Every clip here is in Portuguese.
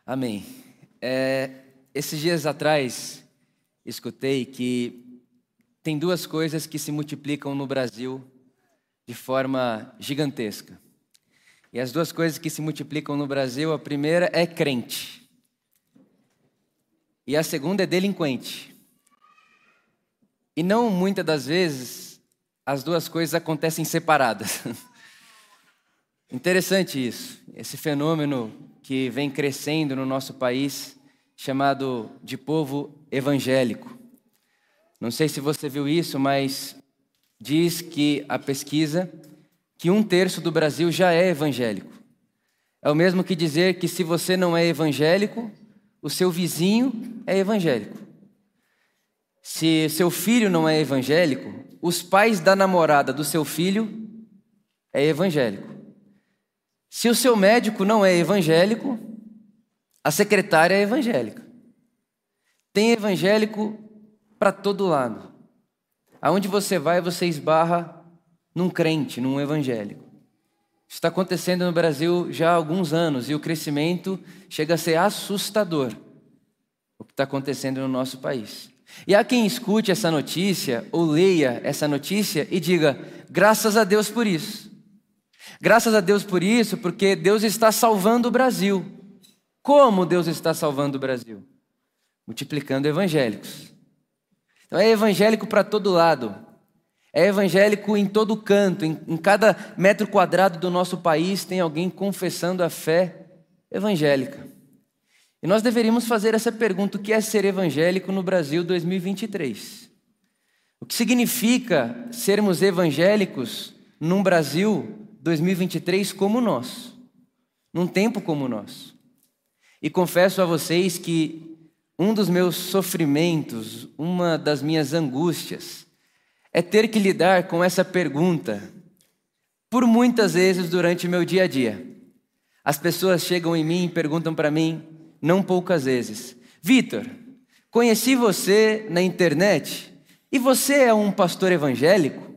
Amém. Esses dias atrás, escutei que tem duas coisas que se multiplicam no Brasil de forma gigantesca. E as duas coisas que se multiplicam no Brasil, a primeira é crente. E a segunda é delinquente. E não muitas das vezes as duas coisas acontecem separadas. Interessante isso, esse fenômeno que vem crescendo no nosso país, chamado de povo evangélico. Não sei se você viu isso, mas diz que a pesquisa que 1/3 do Brasil já é evangélico. É o mesmo que dizer que se você não é evangélico, o seu vizinho é evangélico. Se seu filho não é evangélico, os pais da namorada do seu filho é evangélico. Se o seu médico não é evangélico, a secretária é evangélica. Tem evangélico para todo lado. Aonde você vai, você esbarra num crente, num evangélico. Isso está acontecendo no Brasil já há alguns anos e o crescimento chega a ser assustador, o que está acontecendo no nosso país. E há quem escute essa notícia ou leia essa notícia e diga, graças a Deus por isso. Graças a Deus por isso, porque Deus está salvando o Brasil. Como Deus está salvando o Brasil? Multiplicando evangélicos. Então é evangélico para todo lado. É evangélico em todo canto. Em cada metro quadrado do nosso país tem alguém confessando a fé evangélica. E nós deveríamos fazer essa pergunta: o que é ser evangélico no Brasil 2023? O que significa sermos evangélicos num Brasil 2023 como o nosso, num tempo como o nosso? E confesso a vocês que um dos meus sofrimentos, uma das minhas angústias, é ter que lidar com essa pergunta por muitas vezes durante o meu dia a dia. As pessoas chegam em mim e perguntam para mim, não poucas vezes, Vitor, conheci você na internet e você é um pastor evangélico?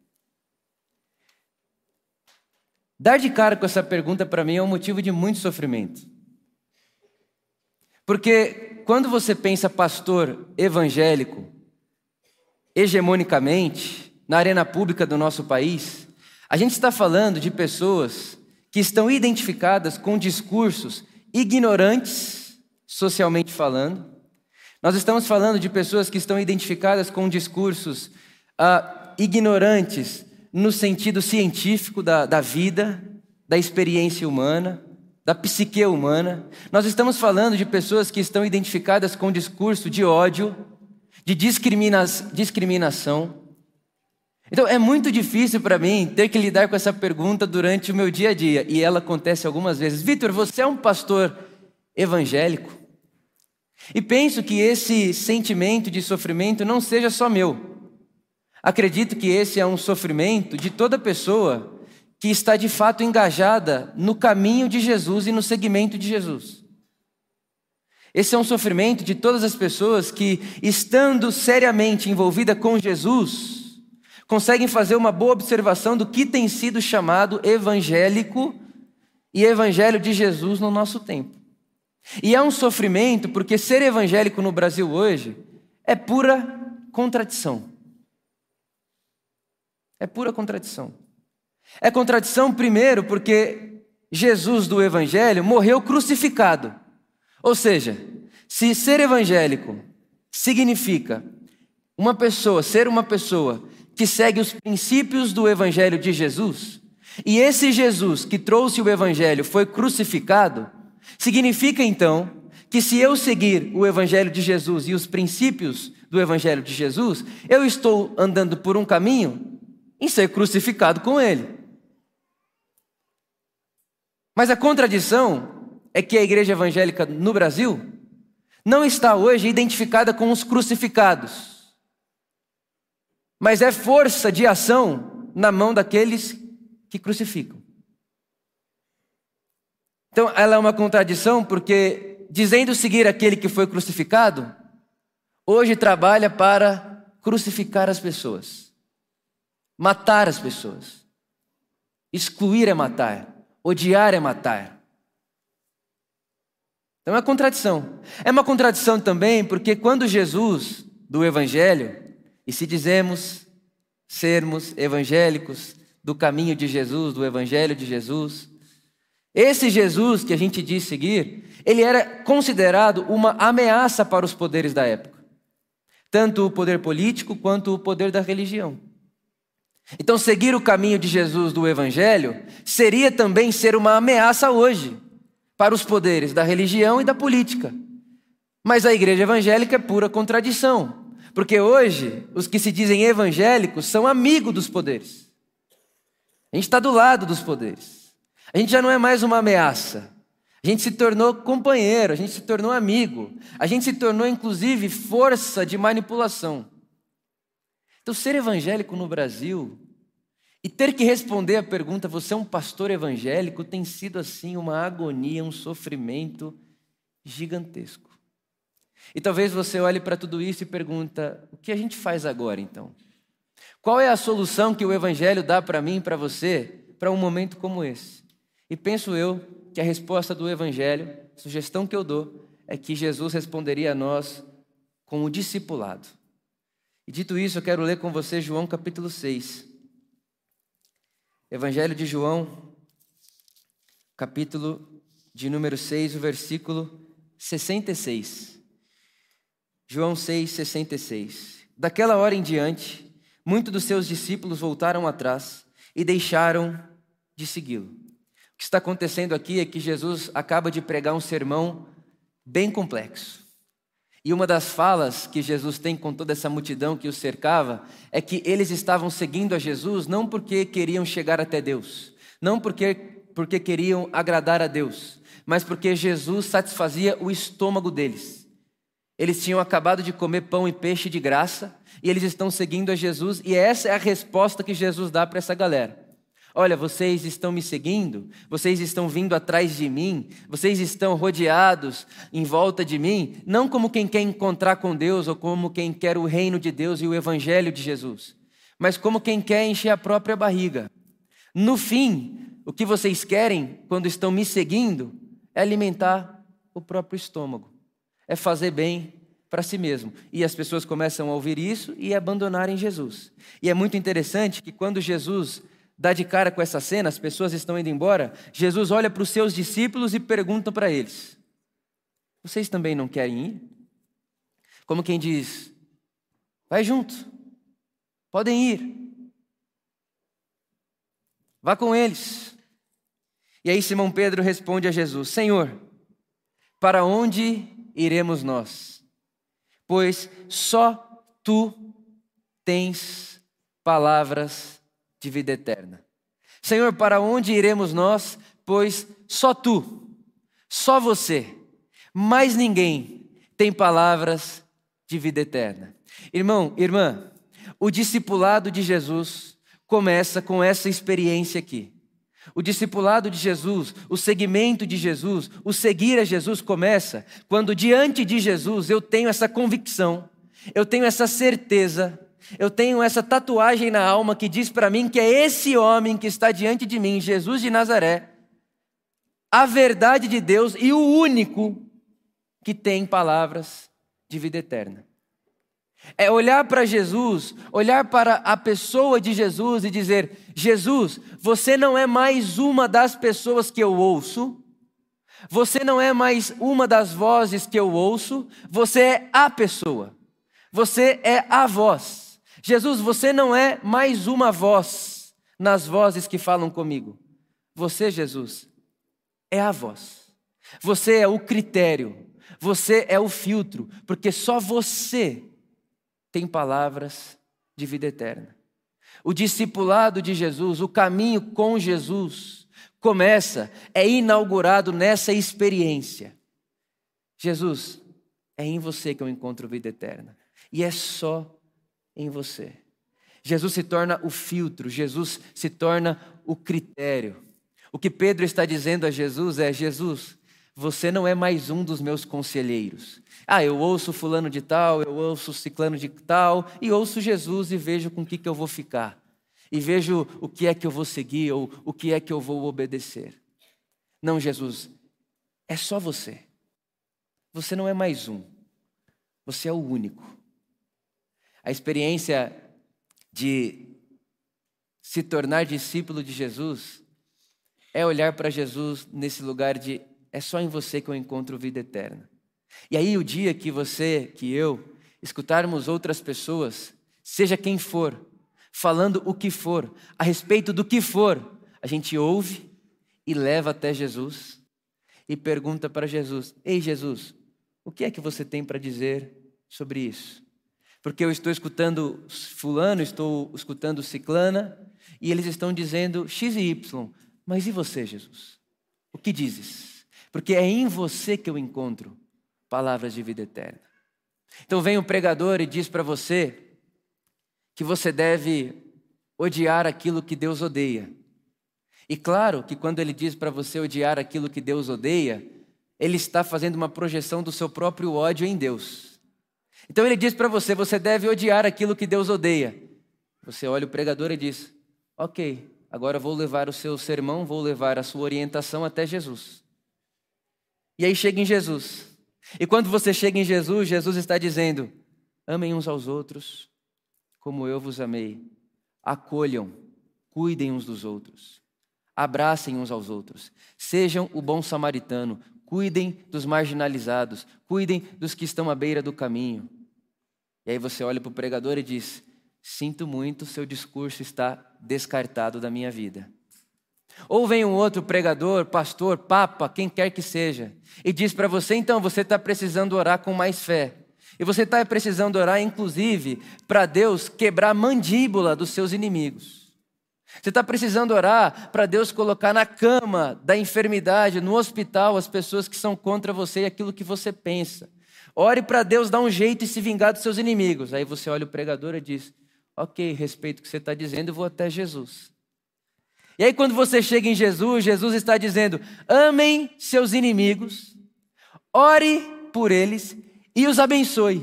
Dar de cara com essa pergunta para mim é um motivo de muito sofrimento. Porque quando você pensa pastor evangélico, hegemonicamente, na arena pública do nosso país, a gente está falando de pessoas que estão identificadas com discursos ignorantes, socialmente falando. Nós estamos falando de pessoas que estão identificadas com discursos ignorantes no sentido científico da vida, da experiência humana, da psique humana. Nós estamos falando de pessoas que estão identificadas com discurso de ódio, de discriminação. Então é muito difícil para mim ter que lidar com essa pergunta durante o meu dia a dia. E ela acontece algumas vezes. Vitor, você é um pastor evangélico? E penso que esse sentimento de sofrimento não seja só meu. Acredito que esse é um sofrimento de toda pessoa que está de fato engajada no caminho de Jesus e no seguimento de Jesus. Esse é um sofrimento de todas as pessoas que, estando seriamente envolvida com Jesus, conseguem fazer uma boa observação do que tem sido chamado evangélico e evangelho de Jesus no nosso tempo. E é um sofrimento porque ser evangélico no Brasil hoje é pura contradição. É pura contradição. É contradição primeiro porque Jesus do Evangelho morreu crucificado. Ou seja, se ser evangélico significa ser uma pessoa que segue os princípios do Evangelho de Jesus, e esse Jesus que trouxe o Evangelho foi crucificado, significa então que se eu seguir o Evangelho de Jesus e os princípios do Evangelho de Jesus, eu estou andando por um caminho em ser crucificado com ele. Mas a contradição é que a igreja evangélica no Brasil não está hoje identificada com os crucificados, mas é força de ação na mão daqueles que crucificam. Então ela é uma contradição porque, dizendo seguir aquele que foi crucificado, hoje trabalha para crucificar as pessoas. Matar as pessoas. Excluir é matar. Odiar é matar. Então é uma contradição. É uma contradição também porque quando Jesus, do Evangelho, e se dizemos sermos evangélicos do caminho de Jesus, do Evangelho de Jesus, esse Jesus que a gente diz seguir, ele era considerado uma ameaça para os poderes da época. Tanto o poder político quanto o poder da religião. Então seguir o caminho de Jesus do Evangelho seria também ser uma ameaça hoje para os poderes da religião e da política. Mas a igreja evangélica é pura contradição. Porque hoje, os que se dizem evangélicos são amigos dos poderes. A gente está do lado dos poderes. A gente já não é mais uma ameaça. A gente se tornou companheiro, a gente se tornou amigo. A gente se tornou, inclusive, força de manipulação. Então, ser evangélico no Brasil e ter que responder a pergunta, você é um pastor evangélico, tem sido, assim, uma agonia, um sofrimento gigantesco. E talvez você olhe para tudo isso e pergunta, o que a gente faz agora então? Qual é a solução que o Evangelho dá para mim e para você para um momento como esse? E penso eu que a resposta do Evangelho, a sugestão que eu dou, é que Jesus responderia a nós com o discipulado. E dito isso, eu quero ler com você João capítulo 6. Evangelho de João, capítulo de número 6, o versículo 66. João 6, 66. Daquela hora em diante, muitos dos seus discípulos voltaram atrás e deixaram de segui-lo. O que está acontecendo aqui é que Jesus acaba de pregar um sermão bem complexo. E uma das falas que Jesus tem com toda essa multidão que o cercava é que eles estavam seguindo a Jesus não porque queriam chegar até Deus, não porque queriam agradar a Deus, mas porque Jesus satisfazia o estômago deles. Eles tinham acabado de comer pão e peixe de graça e eles estão seguindo a Jesus e essa é a resposta que Jesus dá para essa galera. Olha, vocês estão me seguindo, vocês estão vindo atrás de mim, vocês estão rodeados em volta de mim, não como quem quer encontrar com Deus ou como quem quer o reino de Deus e o Evangelho de Jesus, mas como quem quer encher a própria barriga. No fim, o que vocês querem quando estão me seguindo é alimentar o próprio estômago. É fazer bem para si mesmo. E as pessoas começam a ouvir isso e abandonarem Jesus. E é muito interessante que quando Jesus dá de cara com essa cena, as pessoas estão indo embora, Jesus olha para os seus discípulos e pergunta para eles, vocês também não querem ir? Como quem diz, vai junto, podem ir. Vá com eles. E aí Simão Pedro responde a Jesus, Senhor, para onde iremos nós? Pois só tu tens palavras de vida eterna. Senhor, para onde iremos nós? Pois só tu, só você, mais ninguém tem palavras de vida eterna. Irmão, irmã, o discipulado de Jesus começa com essa experiência aqui. O discipulado de Jesus, o seguimento de Jesus, o seguir a Jesus começa quando diante de Jesus eu tenho essa convicção, eu tenho essa certeza, eu tenho essa tatuagem na alma que diz para mim que é esse homem que está diante de mim, Jesus de Nazaré, a verdade de Deus e o único que tem palavras de vida eterna. É olhar para Jesus, olhar para a pessoa de Jesus e dizer, Jesus, você não é mais uma das pessoas que eu ouço, você não é mais uma das vozes que eu ouço, você é a pessoa, você é a voz. Jesus, você não é mais uma voz nas vozes que falam comigo. Você, Jesus, é a voz. Você é o critério, você é o filtro, porque só você tem palavras de vida eterna. O discipulado de Jesus, o caminho com Jesus, é inaugurado nessa experiência. Jesus, é em você que eu encontro vida eterna. E é só em você. Jesus se torna o filtro, Jesus se torna o critério. O que Pedro está dizendo a Jesus é, Jesus, você não é mais um dos meus conselheiros. Eu ouço fulano de tal, eu ouço ciclano de tal, e ouço Jesus e vejo com o que eu vou ficar. E vejo o que é que eu vou seguir, ou o que é que eu vou obedecer. Não, Jesus, é só você. você não é mais um, você é o único. A experiência de se tornar discípulo de Jesus é olhar para Jesus nesse lugar de é só em você que eu encontro vida eterna. E aí o dia que você, que eu, escutarmos outras pessoas, seja quem for, falando o que for, a respeito do que for, a gente ouve e leva até Jesus e pergunta para Jesus: ei Jesus, o que é que você tem para dizer sobre isso? Porque eu estou escutando fulano, estou escutando ciclana, e eles estão dizendo X e Y. Mas e você, Jesus? O que dizes? Porque é em você que eu encontro palavras de vida eterna. Então vem um pregador e diz para você que você deve odiar aquilo que Deus odeia. E claro que quando ele diz para você odiar aquilo que Deus odeia, ele está fazendo uma projeção do seu próprio ódio em Deus. Então ele diz para você, você deve odiar aquilo que Deus odeia. Você olha o pregador e diz, ok, agora vou levar o seu sermão, vou levar a sua orientação até Jesus. E aí chega em Jesus. E quando você chega em Jesus, Jesus está dizendo, amem uns aos outros como eu vos amei. Acolham, cuidem uns dos outros. Abracem uns aos outros. Sejam o bom samaritano. Cuidem dos marginalizados. Cuidem dos que estão à beira do caminho. E aí você olha para o pregador e diz, sinto muito, seu discurso está descartado da minha vida. Ou vem um outro pregador, pastor, papa, quem quer que seja, e diz para você, então, você está precisando orar com mais fé. E você está precisando orar, inclusive, para Deus quebrar a mandíbula dos seus inimigos. Você está precisando orar para Deus colocar na cama da enfermidade, no hospital, as pessoas que são contra você e aquilo que você pensa. Ore para Deus dar um jeito e se vingar dos seus inimigos. Aí você olha o pregador e diz, ok, respeito o que você está dizendo, eu vou até Jesus. E aí quando você chega em Jesus, Jesus está dizendo, amem seus inimigos, ore por eles e os abençoe.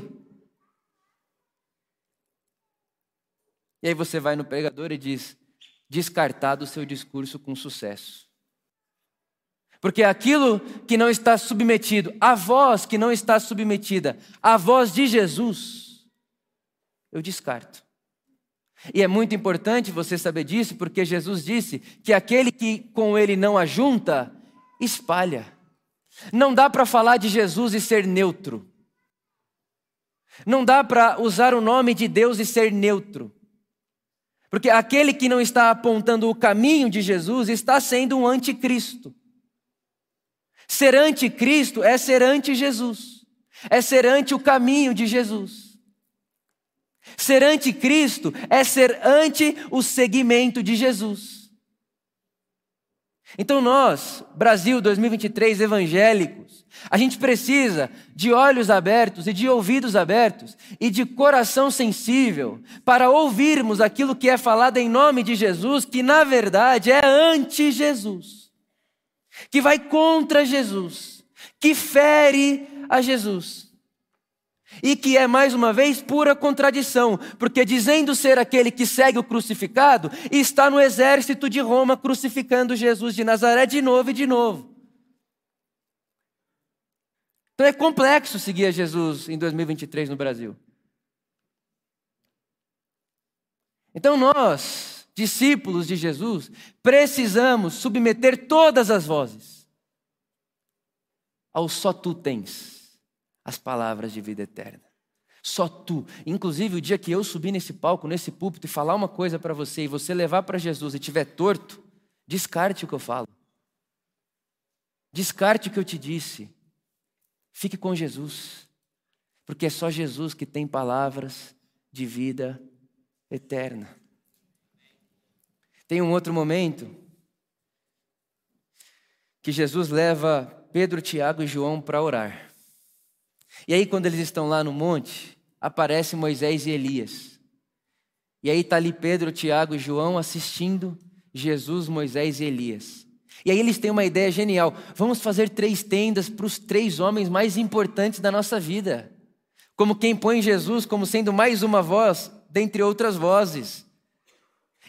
E aí você vai no pregador e diz, descartado o seu discurso com sucesso. Porque aquilo que não está submetido, a voz que não está submetida, à voz de Jesus, eu descarto. E é muito importante você saber disso, porque Jesus disse que aquele que com ele não ajunta, espalha. Não dá para falar de Jesus e ser neutro. Não dá para usar o nome de Deus e ser neutro. Porque aquele que não está apontando o caminho de Jesus está sendo um anticristo. Ser anticristo é ser anti-Jesus. É ser anti o caminho de Jesus. Ser anticristo é ser anti o seguimento de Jesus. Então nós, Brasil 2023, evangélicos, a gente precisa de olhos abertos e de ouvidos abertos e de coração sensível para ouvirmos aquilo que é falado em nome de Jesus, que na verdade é anti-Jesus, que vai contra Jesus, que fere a Jesus. E que é, mais uma vez, pura contradição, porque dizendo ser aquele que segue o crucificado, está no exército de Roma crucificando Jesus de Nazaré de novo e de novo. Então é complexo seguir a Jesus em 2023 no Brasil. Então nós, discípulos de Jesus, precisamos submeter todas as vozes ao só tu tens as palavras de vida eterna. Só tu. Inclusive, o dia que eu subir nesse palco, nesse púlpito e falar uma coisa para você e você levar para Jesus e estiver torto, descarte o que eu falo. Descarte o que eu te disse. Fique com Jesus. Porque é só Jesus que tem palavras de vida eterna. Tem um outro momento que Jesus leva Pedro, Tiago e João para orar. E aí quando eles estão lá no monte, aparece Moisés e Elias. E aí está ali Pedro, Tiago e João assistindo Jesus, Moisés e Elias. E aí eles têm uma ideia genial. Vamos fazer 3 tendas para os 3 homens mais importantes da nossa vida. Como quem põe Jesus como sendo mais uma voz, dentre outras vozes.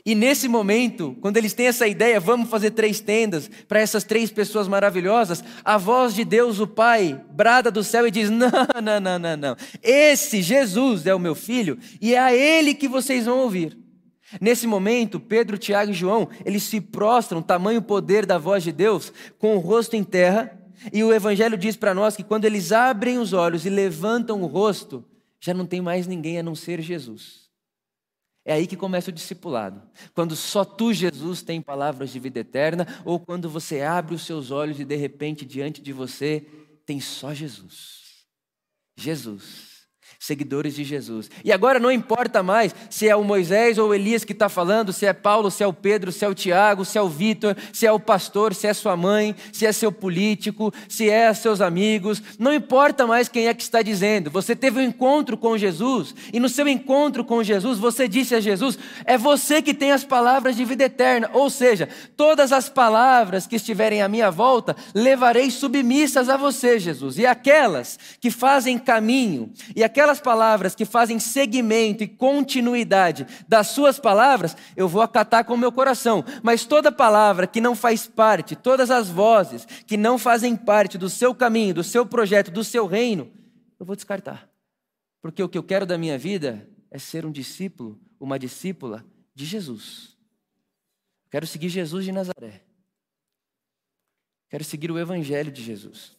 E nesse momento, quando eles têm essa ideia, vamos fazer 3 tendas para essas 3 pessoas maravilhosas, a voz de Deus, o Pai, brada do céu e diz: não, não, não, não, não. Esse Jesus é o meu filho e é a ele que vocês vão ouvir. Nesse momento, Pedro, Tiago e João, eles se prostram, tamanho poder da voz de Deus, com o rosto em terra. E o Evangelho diz para nós que quando eles abrem os olhos e levantam o rosto, já não tem mais ninguém a não ser Jesus. É aí que começa o discipulado. Quando só tu, Jesus, tem palavras de vida eterna, ou quando você abre os seus olhos e de repente diante de você tem só Jesus. Jesus. Seguidores de Jesus. E agora não importa mais se é o Moisés ou o Elias que está falando, se é Paulo, se é o Pedro, se é o Tiago, se é o Vitor, se é o pastor, se é sua mãe, se é seu político, se é seus amigos. Não importa mais quem é que está dizendo. Você teve um encontro com Jesus e no seu encontro com Jesus você disse a Jesus: é você que tem as palavras de vida eterna. Ou seja, todas as palavras que estiverem à minha volta levarei submissas a você, Jesus. E aquelas que fazem caminho e aquelas palavras que fazem seguimento e continuidade das suas palavras, eu vou acatar com o meu coração. Mas toda palavra que não faz parte, todas as vozes que não fazem parte do seu caminho, do seu projeto, do seu reino, eu vou descartar. Porque o que eu quero da minha vida é ser um discípulo, uma discípula de Jesus. Quero seguir Jesus de Nazaré. Quero seguir o Evangelho de Jesus.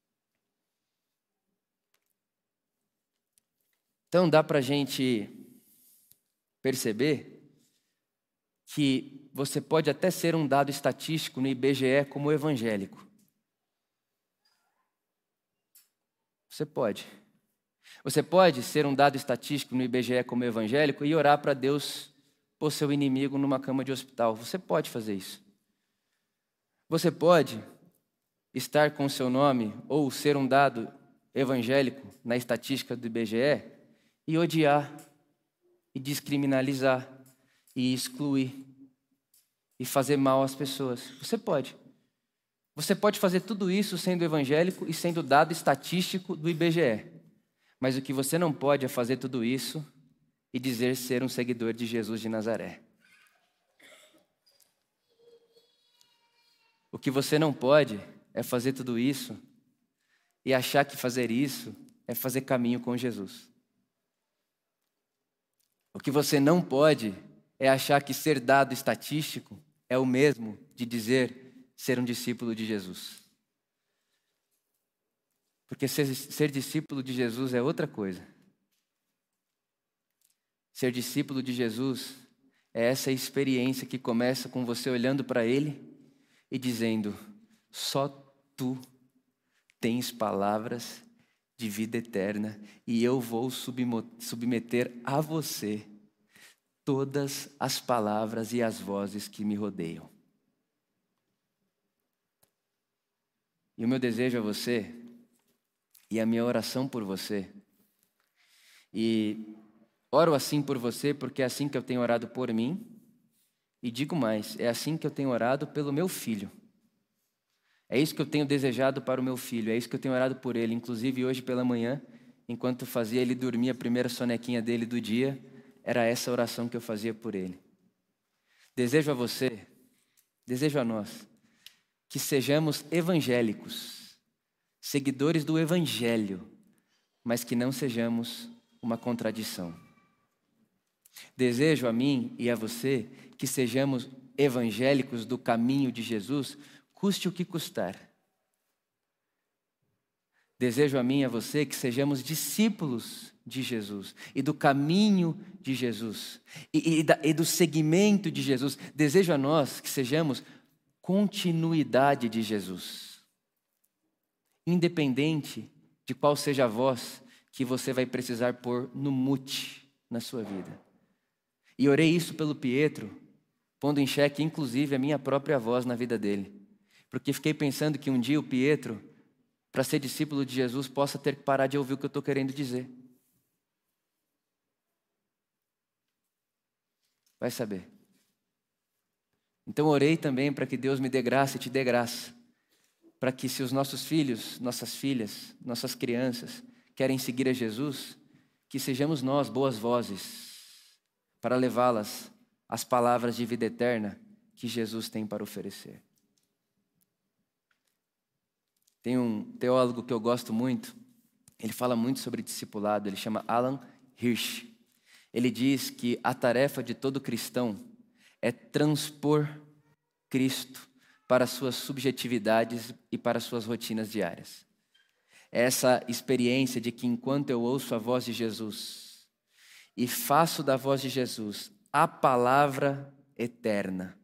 Então dá para a gente perceber que você pode até ser um dado estatístico no IBGE como evangélico. Você pode. Você pode ser um dado estatístico no IBGE como evangélico e orar para Deus pôr seu inimigo numa cama de hospital. Você pode fazer isso. Você pode estar com o seu nome ou ser um dado evangélico na estatística do IBGE e odiar, e descriminalizar, e excluir, e fazer mal às pessoas. Você pode. Você pode fazer tudo isso sendo evangélico e sendo dado estatístico do IBGE. Mas o que você não pode é fazer tudo isso e dizer ser um seguidor de Jesus de Nazaré. O que você não pode é fazer tudo isso e achar que fazer isso é fazer caminho com Jesus. O que você não pode é achar que ser dado estatístico é o mesmo de dizer ser um discípulo de Jesus. Porque ser discípulo de Jesus é outra coisa. Ser discípulo de Jesus é essa experiência que começa com você olhando para Ele e dizendo: só Tu tens palavras de vida eterna e eu vou submeter a você todas as palavras e as vozes que me rodeiam. E o meu desejo a você, e a minha oração por você, e oro assim por você porque é assim que eu tenho orado por mim, e digo mais, é assim que eu tenho orado pelo meu filho. É isso que eu tenho desejado para o meu filho, é isso que eu tenho orado por ele. Inclusive hoje pela manhã, enquanto fazia ele dormir a primeira sonequinha dele do dia, era essa oração que eu fazia por ele. Desejo a você, desejo a nós, que sejamos evangélicos, seguidores do Evangelho, mas que não sejamos uma contradição. Desejo a mim e a você que sejamos evangélicos do caminho de Jesus, custe o que custar. Desejo a mim e a você que sejamos discípulos de Jesus e do caminho de Jesus e do seguimento de Jesus. Desejo a nós que sejamos continuidade de Jesus. Independente de qual seja a voz que você vai precisar pôr no mute na sua vida. E orei isso pelo Pietro, pondo em xeque inclusive a minha própria voz na vida dele. Porque fiquei pensando que um dia o Pietro, para ser discípulo de Jesus, possa ter que parar de ouvir o que eu estou querendo dizer. Vai saber. Então orei também para que Deus me dê graça e te dê graça. Para que se os nossos filhos, nossas filhas, nossas crianças querem seguir a Jesus, que sejamos nós boas vozes para levá-las as palavras de vida eterna que Jesus tem para oferecer. Tem um teólogo que eu gosto muito, ele fala muito sobre discipulado, ele chama Alan Hirsch. Ele diz que a tarefa de todo cristão é transpor Cristo para suas subjetividades e para suas rotinas diárias. Essa experiência de que enquanto eu ouço a voz de Jesus e faço da voz de Jesus a palavra eterna,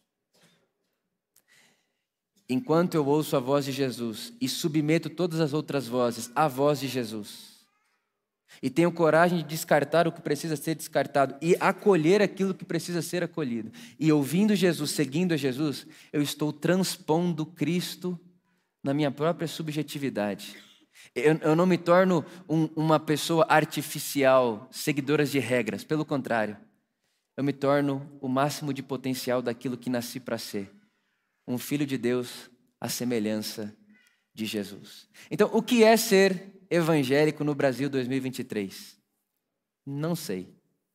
enquanto eu ouço a voz de Jesus e submeto todas as outras vozes à voz de Jesus, e tenho coragem de descartar o que precisa ser descartado e acolher aquilo que precisa ser acolhido, e ouvindo Jesus, seguindo a Jesus, eu estou transpondo Cristo na minha própria subjetividade. Eu não me torno uma pessoa artificial, seguidora de regras. Pelo contrário, eu me torno o máximo de potencial daquilo que nasci para ser. Um filho de Deus à semelhança de Jesus. Então, o que é ser evangélico no Brasil 2023? Não sei.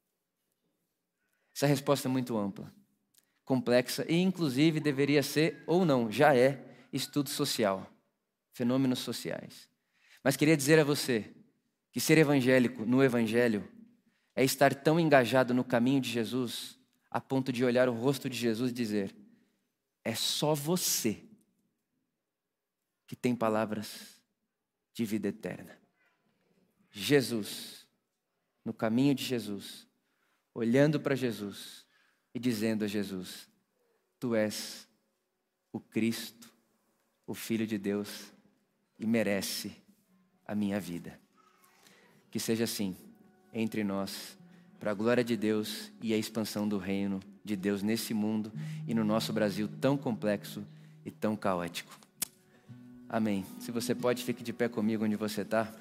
Essa resposta é muito ampla, complexa e, inclusive, deveria ser, ou não, já é, estudo social, fenômenos sociais. Mas queria dizer a você que ser evangélico no Evangelho é estar tão engajado no caminho de Jesus a ponto de olhar o rosto de Jesus e dizer: é só você que tem palavras de vida eterna. Jesus, no caminho de Jesus, olhando para Jesus e dizendo a Jesus: tu és o Cristo, o Filho de Deus, e merece a minha vida. Que seja assim entre nós, para a glória de Deus e a expansão do reino de Deus nesse mundo e no nosso Brasil tão complexo e tão caótico. Amém. Se você pode, fique de pé comigo onde você está.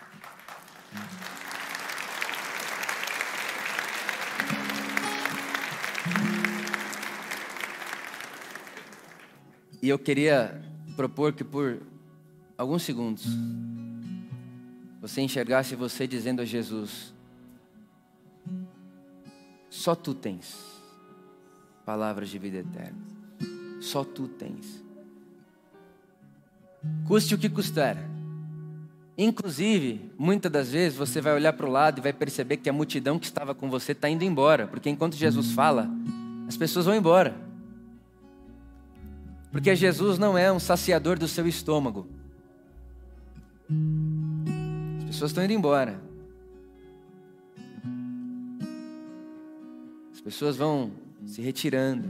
E eu queria propor que por alguns segundos você enxergasse você dizendo a Jesus: só tu tens palavras de vida eterna. Só tu tens. Custe o que custar. Inclusive, muitas das vezes você vai olhar para o lado e vai perceber que a multidão que estava com você está indo embora. Porque enquanto Jesus fala, as pessoas vão embora. Porque Jesus não é um saciador do seu estômago. As pessoas estão indo embora. As pessoas vão se retirando.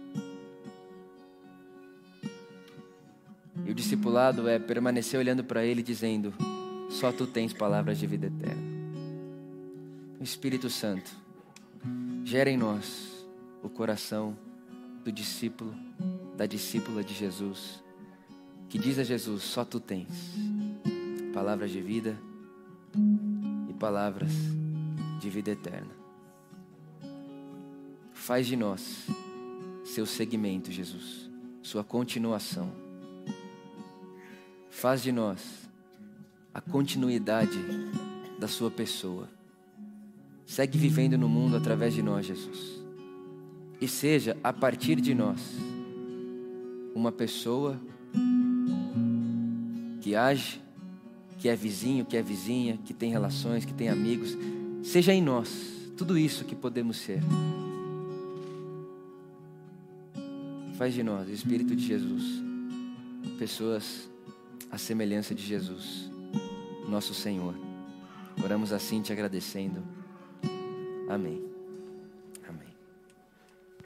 E o discipulado é permanecer olhando para Ele dizendo: só tu tens palavras de vida eterna. O Espírito Santo gera em nós o coração do discípulo, da discípula de Jesus, que diz a Jesus: só tu tens palavras de vida e palavras de vida eterna. Faz de nós seu segmento, Jesus, sua continuação. Faz de nós a continuidade da sua pessoa. Segue vivendo no mundo através de nós, Jesus. E seja, a partir de nós, uma pessoa que age, que é vizinho, que é vizinha, que tem relações, que tem amigos. Seja em nós tudo isso que podemos ser. Faz de nós, Espírito de Jesus, pessoas à semelhança de Jesus, nosso Senhor. Oramos assim te agradecendo. Amém.